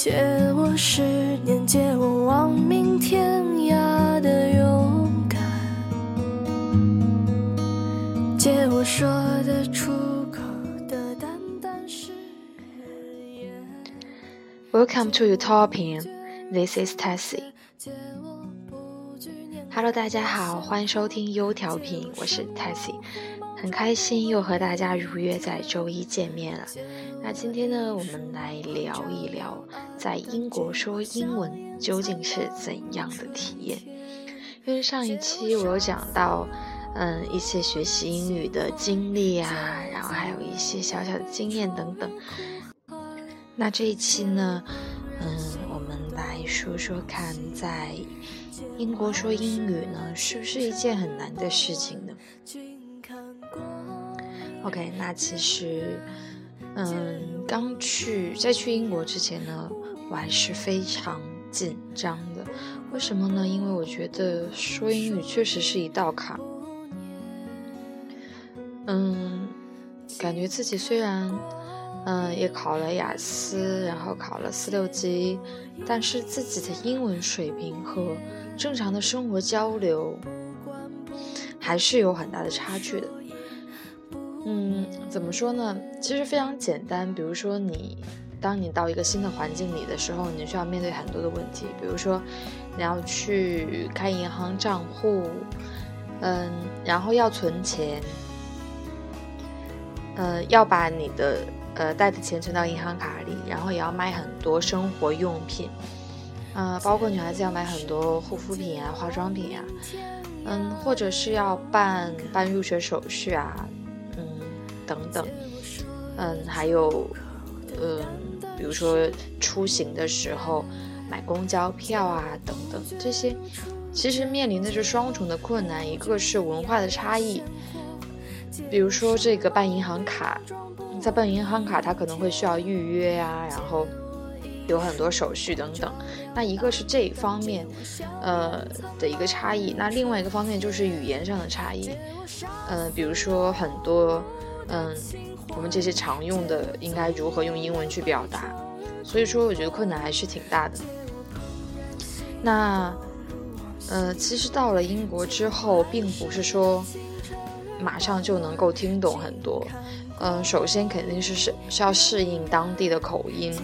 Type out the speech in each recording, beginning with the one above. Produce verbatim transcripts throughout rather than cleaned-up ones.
借我十年，借我亡命天涯的勇敢，借我说得出口的淡淡誓言。 Welcome to Utopian. This is Tessie. Hello， 大家好，欢迎收听优调频，我是 Tessie， 很开心又和大家如约在周一见面了。那今天呢，我们来聊一聊在英国说英文究竟是怎样的体验。因为上一期我有讲到嗯，一些学习英语的经历啊，然后还有一些小小的经验等等。那这一期呢，嗯，我们来说说看，在英国说英语呢，是不是一件很难的事情呢 ？OK， 那其实，嗯，刚去在去英国之前呢，我还是非常紧张的。为什么呢？因为我觉得说英语确实是一道坎。嗯，感觉自己虽然嗯也考了雅思，然后考了四六级，但是自己的英文水平和正常的生活交流还是有很大的差距的。嗯，怎么说呢？其实非常简单，比如说你当你到一个新的环境里的时候，你需要面对很多的问题，比如说你要去开银行账户，嗯，然后要存钱，呃，要把你的呃带的钱存到银行卡里，然后也要买很多生活用品，呃，包括女孩子要买很多护肤品啊、化妆品啊，嗯，或者是要办办入学手续啊，嗯，等等，嗯，还有，嗯，比如说出行的时候买公交票啊，等等，这些其实面临的是双重的困难，一个是文化的差异。比如说这个办银行卡，在办银行卡它可能会需要预约啊，然后有很多手续等等。那一个是这一方面呃的一个差异，那另外一个方面就是语言上的差异。呃比如说很多嗯我们这些常用的应该如何用英文去表达，所以说我觉得困难还是挺大的。那呃其实到了英国之后，并不是说马上就能够听懂很多，嗯、呃，首先肯定是是需要适应当地的口音，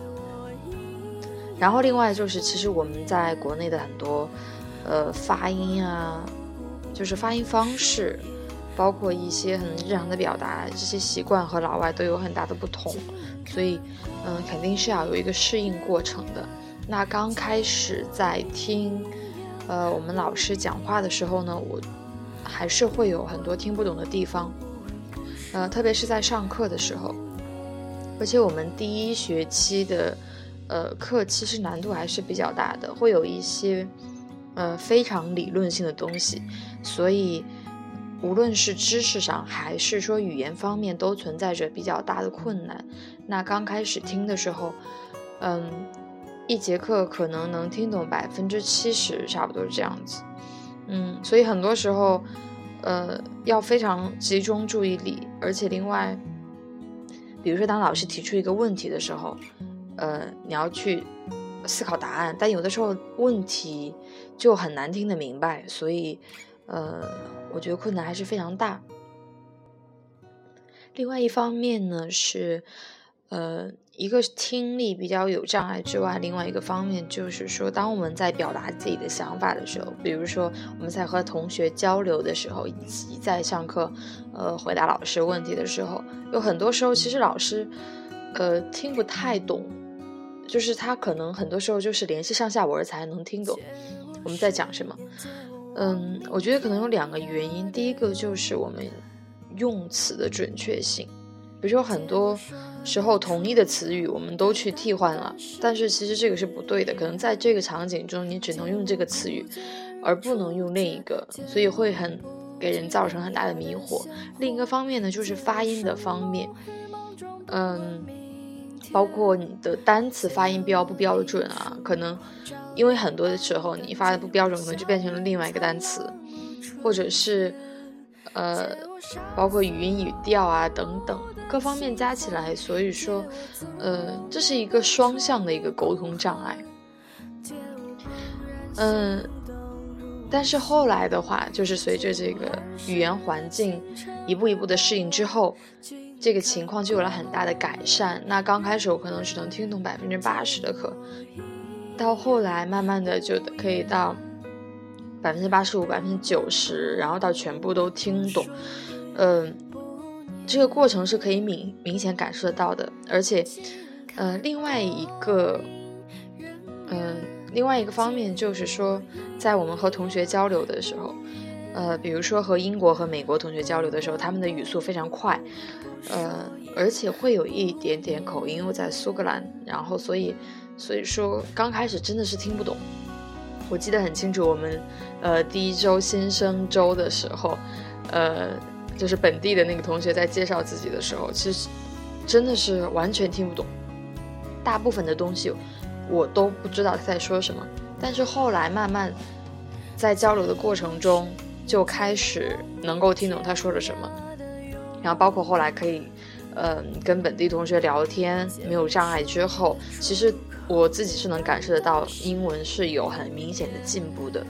然后另外就是其实我们在国内的很多呃发音啊，就是发音方式，包括一些很日常的表达，这些习惯和老外都有很大的不同，所以嗯、呃，肯定是要有一个适应过程的。那刚开始在听呃我们老师讲话的时候呢，我还是会有很多听不懂的地方，呃，特别是在上课的时候，而且我们第一学期的呃课其实难度还是比较大的，会有一些呃非常理论性的东西，所以无论是知识上还是说语言方面都存在着比较大的困难。那刚开始听的时候，嗯，一节课可能能听懂百分之七十，差不多是这样子。嗯，所以很多时候，呃，要非常集中注意力，而且另外，比如说当老师提出一个问题的时候，呃，你要去思考答案，但有的时候问题就很难听得明白，所以，呃，我觉得困难还是非常大。另外一方面呢是，呃，一个听力比较有障碍之外，另外一个方面就是说，当我们在表达自己的想法的时候，比如说我们在和同学交流的时候，以及在上课，呃，回答老师问题的时候，有很多时候其实老师，呃，听不太懂，就是他可能很多时候就是联系上下文才能听懂我们在讲什么。嗯，我觉得可能有两个原因，第一个就是我们用词的准确性，比如说很多时候同一的词语我们都去替换了，但是其实这个是不对的，可能在这个场景中你只能用这个词语而不能用另一个，所以会很给人造成很大的迷惑。另一个方面呢就是发音的方面，嗯，包括你的单词发音标不标准啊，可能因为很多的时候你发的不标准，可能就变成了另外一个单词，或者是呃，包括语音语调啊等等各方面加起来，所以说，呃，这是一个双向的一个沟通障碍。嗯，但是后来的话，就是随着这个语言环境一步一步的适应之后，这个情况就有了很大的改善。那刚开始我可能只能听懂百分之八十的课，到后来慢慢的就可以到百分之八十五、百分之九十，然后到全部都听懂。嗯，这个过程是可以明明显感受得到的。而且，呃，另外一个，嗯、呃。另外一个方面就是说，在我们和同学交流的时候，呃，比如说和英国和美国同学交流的时候，他们的语速非常快，呃，而且会有一点点口音，因为在苏格兰，然后所以所以说刚开始真的是听不懂。我记得很清楚，我们呃第一周新生周的时候，呃，就是本地的那个同学在介绍自己的时候，其实真的是完全听不懂，大部分的东西我都不知道他在说什么。但是后来慢慢在交流的过程中就开始能够听懂他说了什么，然后包括后来可以呃跟本地同学聊天没有障碍之后，其实我自己是能感受得到英文是有很明显的进步的。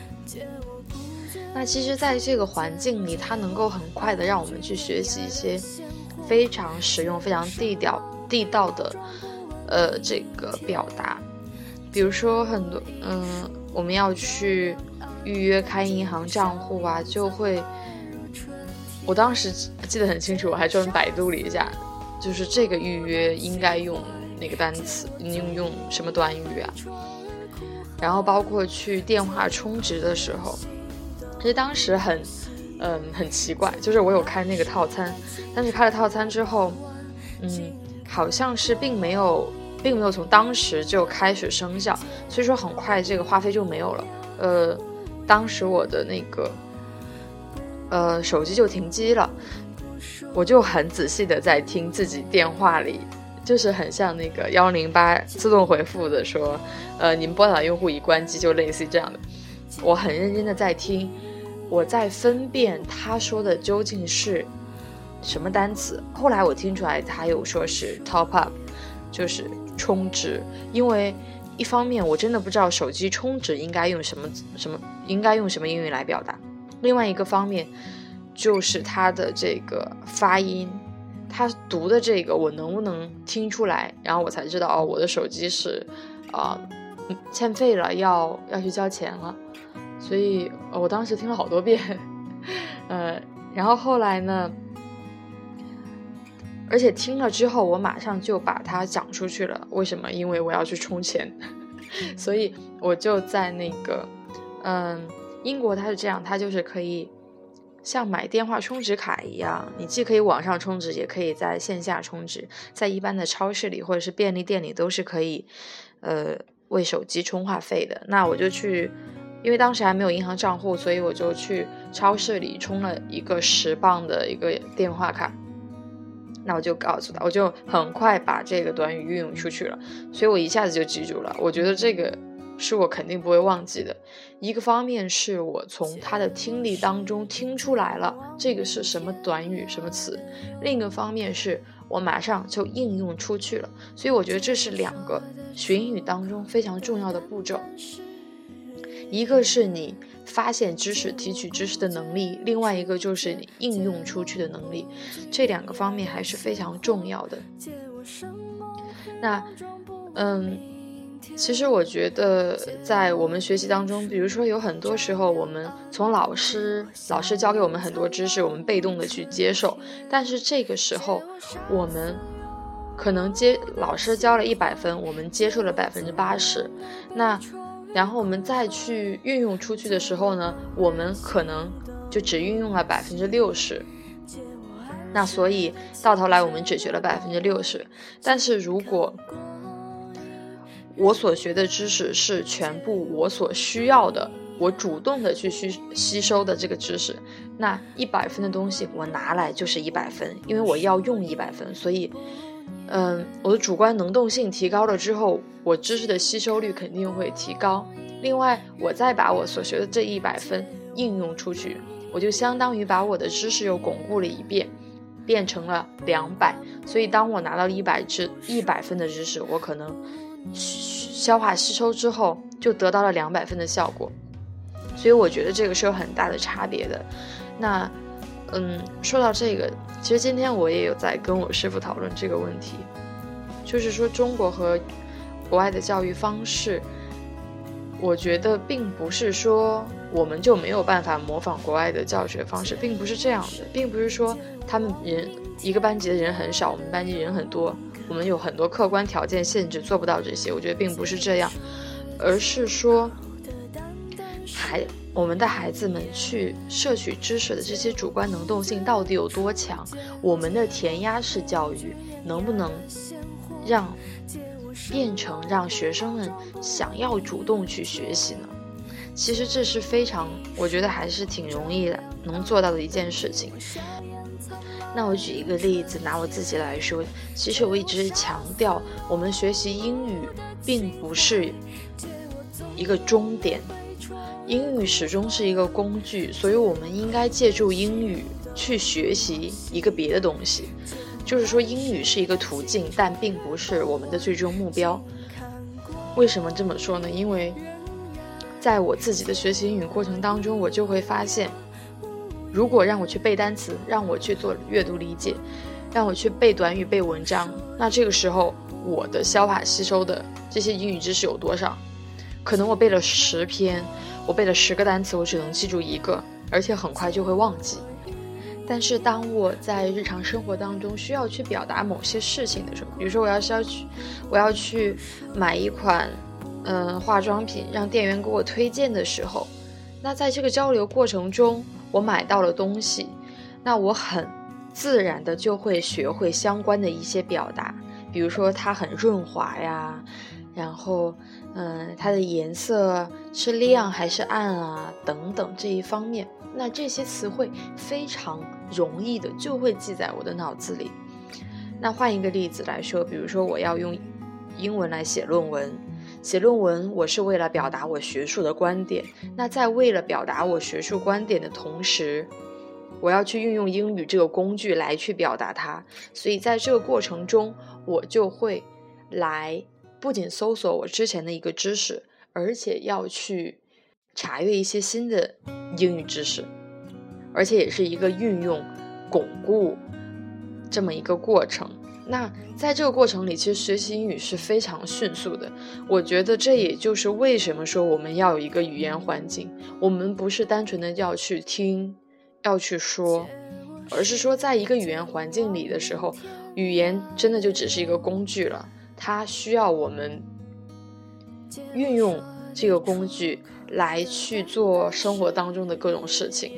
那其实在这个环境里，它能够很快的让我们去学习一些非常实用非常地道地道的呃，这个表达。比如说很多嗯，我们要去预约开银行账户啊，就会我当时记得很清楚，我还专门百度了一下，就是这个预约应该用哪个单词，应用什么短语啊。然后包括去电话充值的时候，其实当时很嗯很奇怪，就是我有开那个套餐，但是开了套餐之后嗯好像是并没有并没有从当时就开始生效，所以说很快这个话费就没有了。呃，当时我的那个呃手机就停机了，我就很仔细的在听自己电话里，就是很像那个幺零八自动回复的说，呃，您拨打用户已关机，就类似于这样的。我很认真的在听，我在分辨他说的究竟是什么单词。后来我听出来他有说是 top up， 就是充值，因为一方面我真的不知道手机充值应该用什么什么应该用什么英语来表达，另外一个方面就是他的这个发音，他读的这个我能不能听出来，然后我才知道哦，我的手机是啊、呃、欠费了，要要去交钱了。所以、呃、我当时听了好多遍呃，然后后来呢，而且听了之后我马上就把它讲出去了。为什么？因为我要去充钱所以我就在那个嗯，英国它是这样，它就是可以像买电话充值卡一样，你既可以网上充值，也可以在线下充值，在一般的超市里或者是便利店里都是可以呃为手机充话费的。那我就去，因为当时还没有银行账户，所以我就去超市里充了一个十磅的一个电话卡。那我就告诉他，我就很快把这个短语运用出去了，所以我一下子就记住了。我觉得这个是我肯定不会忘记的。一个方面是我从他的听力当中听出来了这个是什么短语什么词，另一个方面是我马上就应用出去了。所以我觉得这是两个学英语当中非常重要的步骤，一个是你发现知识提取知识的能力，另外一个就是你应用出去的能力，这两个方面还是非常重要的。那嗯其实我觉得在我们学习当中，比如说有很多时候我们从老师老师教给我们很多知识，我们被动的去接受，但是这个时候我们可能接老师教了一百分，我们接受了百分之八十，那然后我们再去运用出去的时候呢，我们可能就只运用了百分之六十，那所以到头来我们只学了百分之六十。但是如果我所学的知识是全部我所需要的，我主动的去吸收的这个知识，那一百分的东西我拿来就是一百分，因为我要用一百分，所以嗯，我的主观能动性提高了之后，我知识的吸收率肯定会提高。另外我再把我所学的这一百分应用出去， 我就相当于把我的知识又巩固了一遍，变成了两百。所以当我拿到一百知一百分的知识，我可能消化吸收之后就得到了两百分的效果。所以我觉得这个是有很大的差别的。那嗯，说到这个，其实今天我也有在跟我师父讨论这个问题，就是说中国和国外的教育方式，我觉得并不是说我们就没有办法模仿国外的教学方式，并不是这样的，并不是说他们人一个班级的人很少，我们班级人很多，我们有很多客观条件限制做不到这些，我觉得并不是这样，而是说孩我们的孩子们去摄取知识的这些主观能动性到底有多强，我们的填鸭式教育能不能让变成让学生们想要主动去学习呢？其实这是非常，我觉得还是挺容易的能做到的一件事情。那我举一个例子，拿我自己来说，其实我一直强调，我们学习英语并不是一个终点，英语始终是一个工具，所以我们应该借助英语去学习一个别的东西。就是说英语是一个途径，但并不是我们的最终目标。为什么这么说呢？因为在我自己的学习英语过程当中，我就会发现，如果让我去背单词，让我去做阅读理解，让我去背短语背文章，那这个时候我的消化吸收的这些英语知识有多少？可能我背了十篇，我背了十个单词，我只能记住一个，而且很快就会忘记。但是当我在日常生活当中需要去表达某些事情的时候，比如说我要是要去我要去买一款嗯、呃、化妆品，让店员给我推荐的时候，那在这个交流过程中我买到了东西，那我很自然的就会学会相关的一些表达，比如说它很润滑呀，然后嗯、呃、它的颜色是亮还是暗啊等等这一方面，那这些词汇非常容易的就会记在我的脑子里。那换一个例子来说，比如说我要用英文来写论文，写论文我是为了表达我学术的观点，那在为了表达我学术观点的同时，我要去运用英语这个工具来去表达它，所以在这个过程中我就会来不仅搜索我之前的一个知识，而且要去查阅一些新的英语知识，而且也是一个运用巩固这么一个过程。那在这个过程里，其实学习英语是非常迅速的。我觉得这也就是为什么说我们要有一个语言环境，我们不是单纯的要去听要去说，而是说在一个语言环境里的时候，语言真的就只是一个工具了，它需要我们运用这个工具来去做生活当中的各种事情。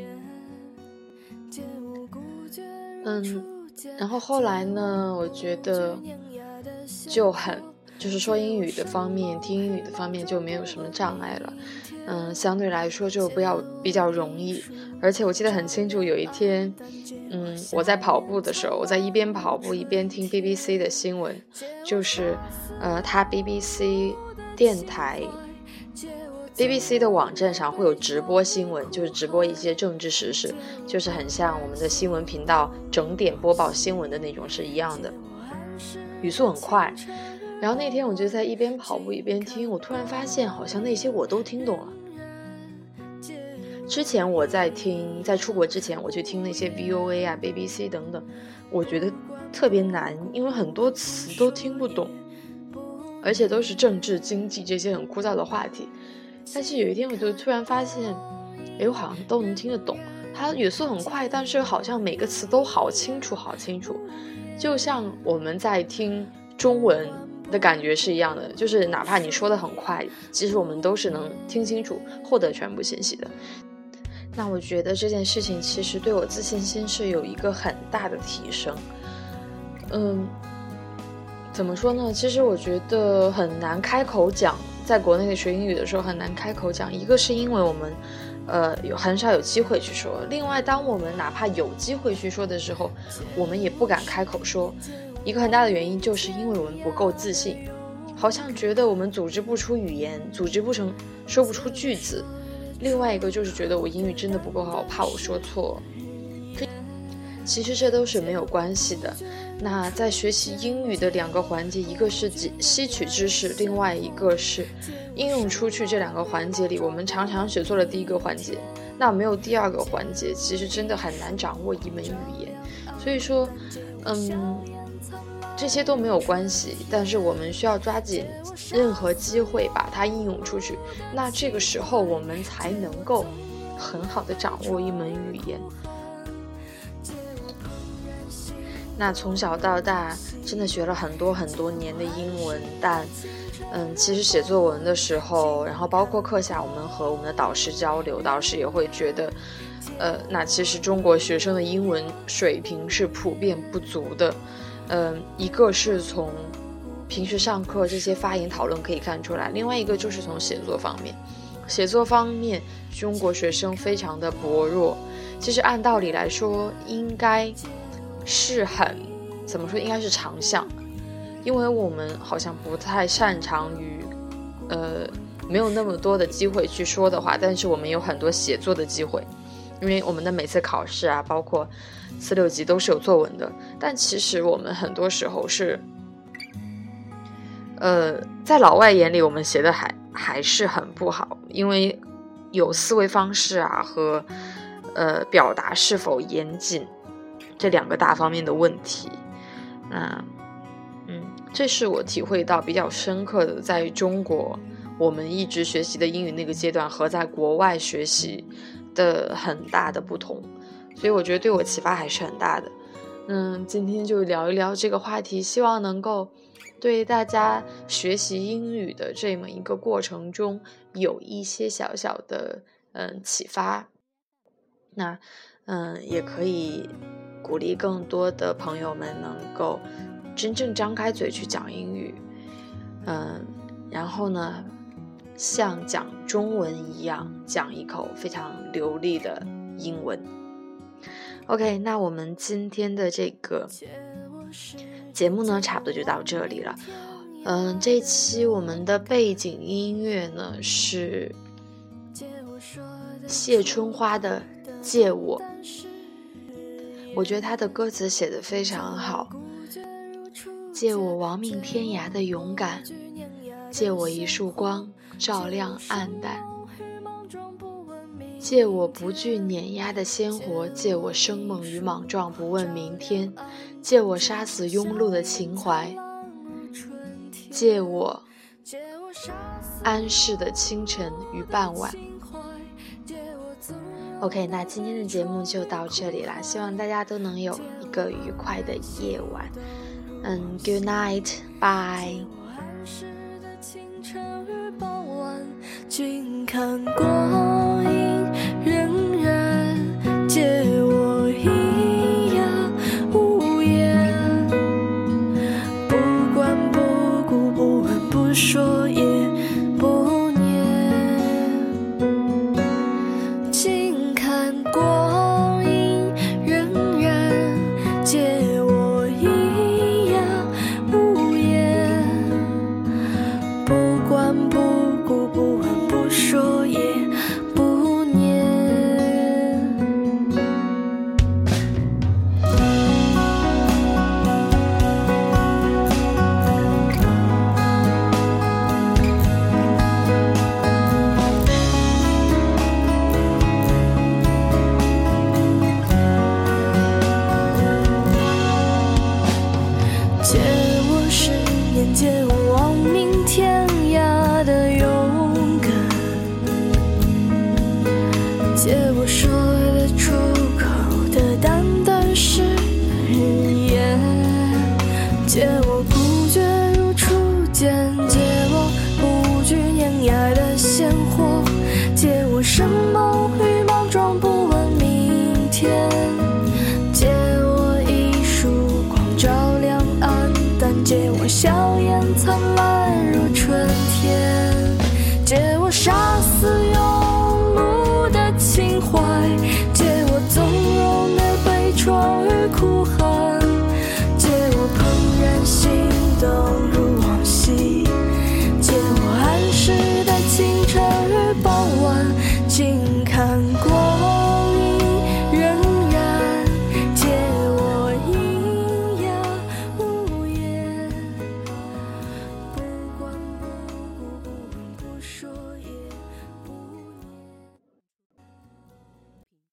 嗯，然后后来呢，我觉得就很就是说英语的方面，听英语的方面就没有什么障碍了。嗯，相对来说就比较比较容易。而且我记得很清楚，有一天嗯，我在跑步的时候，我在一边跑步一边听 B B C 的新闻，就是呃，它 B B C 电台 B B C 的网站上会有直播新闻，就是直播一些政治时事，就是很像我们的新闻频道整点播报新闻的那种是一样的，语速很快。然后那天我就在一边跑步一边听，我突然发现好像那些我都听懂了。之前我在听，在出国之前我去听那些 V O A 啊 B B C 等等，我觉得特别难，因为很多词都听不懂，而且都是政治经济这些很枯燥的话题。但是有一天我就突然发现，诶，我好像都能听得懂，它语速很快，但是好像每个词都好清楚好清楚，就像我们在听中文的感觉是一样的，就是哪怕你说的很快，其实我们都是能听清楚获得全部信息的。那我觉得这件事情其实对我自信心是有一个很大的提升。嗯，怎么说呢，其实我觉得很难开口讲，在国内学英语的时候很难开口讲，一个是因为我们呃有很少有机会去说，另外当我们哪怕有机会去说的时候，我们也不敢开口说，一个很大的原因就是因为我们不够自信，好像觉得我们组织不出语言，组织不成，说不出句子。 另外一个就是觉得我英语真的不够好，怕我说错。其实这都是没有关系的。那在学习英语的两个环节，一个是吸取知识，另外一个是应用出去。这两个环节里，我们常常写错了第一个环节，那没有第二个环节，其实真的很难掌握一门语言。所以说嗯，这些都没有关系，但是我们需要抓紧任何机会把它应用出去，那这个时候我们才能够很好的掌握一门语言。那从小到大真的学了很多很多年的英文，但嗯，其实写作文的时候，然后包括课下我们和我们的导师交流，导师也会觉得呃，那其实中国学生的英文水平是普遍不足的。嗯，一个是从平时上课这些发言讨论可以看出来，另外一个就是从写作方面。写作方面中国学生非常的薄弱，其实按道理来说应该是很怎么说应该是长项，因为我们好像不太擅长于呃没有那么多的机会去说的话，但是我们有很多写作的机会，因为我们的每次考试啊，包括四六级都是有作文的，但其实我们很多时候是呃在老外眼里我们写的还还是很不好，因为有思维方式啊和呃表达是否严谨这两个大方面的问题。那嗯，这是我体会到比较深刻的，在中国我们一直学习的英语那个阶段和在国外学习的很大的不同，所以我觉得对我启发还是很大的。嗯，今天就聊一聊这个话题，希望能够对大家学习英语的这么一个过程中有一些小小的嗯启发。那嗯，也可以鼓励更多的朋友们能够真正张开嘴去讲英语，嗯，然后呢，像讲中文一样讲一口非常流利的英文。OK， 那我们今天的这个节目呢，差不多就到这里了。嗯，这一期我们的背景音乐呢是谢春花的《借我》。我觉得他的歌词写得非常好，借我亡命天涯的勇敢，借我一束光照亮暗淡，借我不惧碾压的鲜活，借我生猛与莽撞不问明天，借我杀死庸碌的情怀，借我安适的清晨与傍晚。OK， 那今天的节目就到这里啦，希望大家都能有一个愉快的夜晚。嗯 ，Good night， bye。 静看光阴荏苒，借我一夜无言，不管不顾，不问不说也不念。静看光阴荏苒，借我一夜无言，不管不顾，不问不说也不念。借我十年，借我亡命天涯的勇敢，借我说得出口的淡淡誓言，借我不觉如初见，借我不惧碾压的鲜活，借我生猛与莽撞不问明天，借我一束光照亮暗淡，借我笑颜灿烂如春天，借我杀死庸碌的情怀，借我纵容的悲怆与哭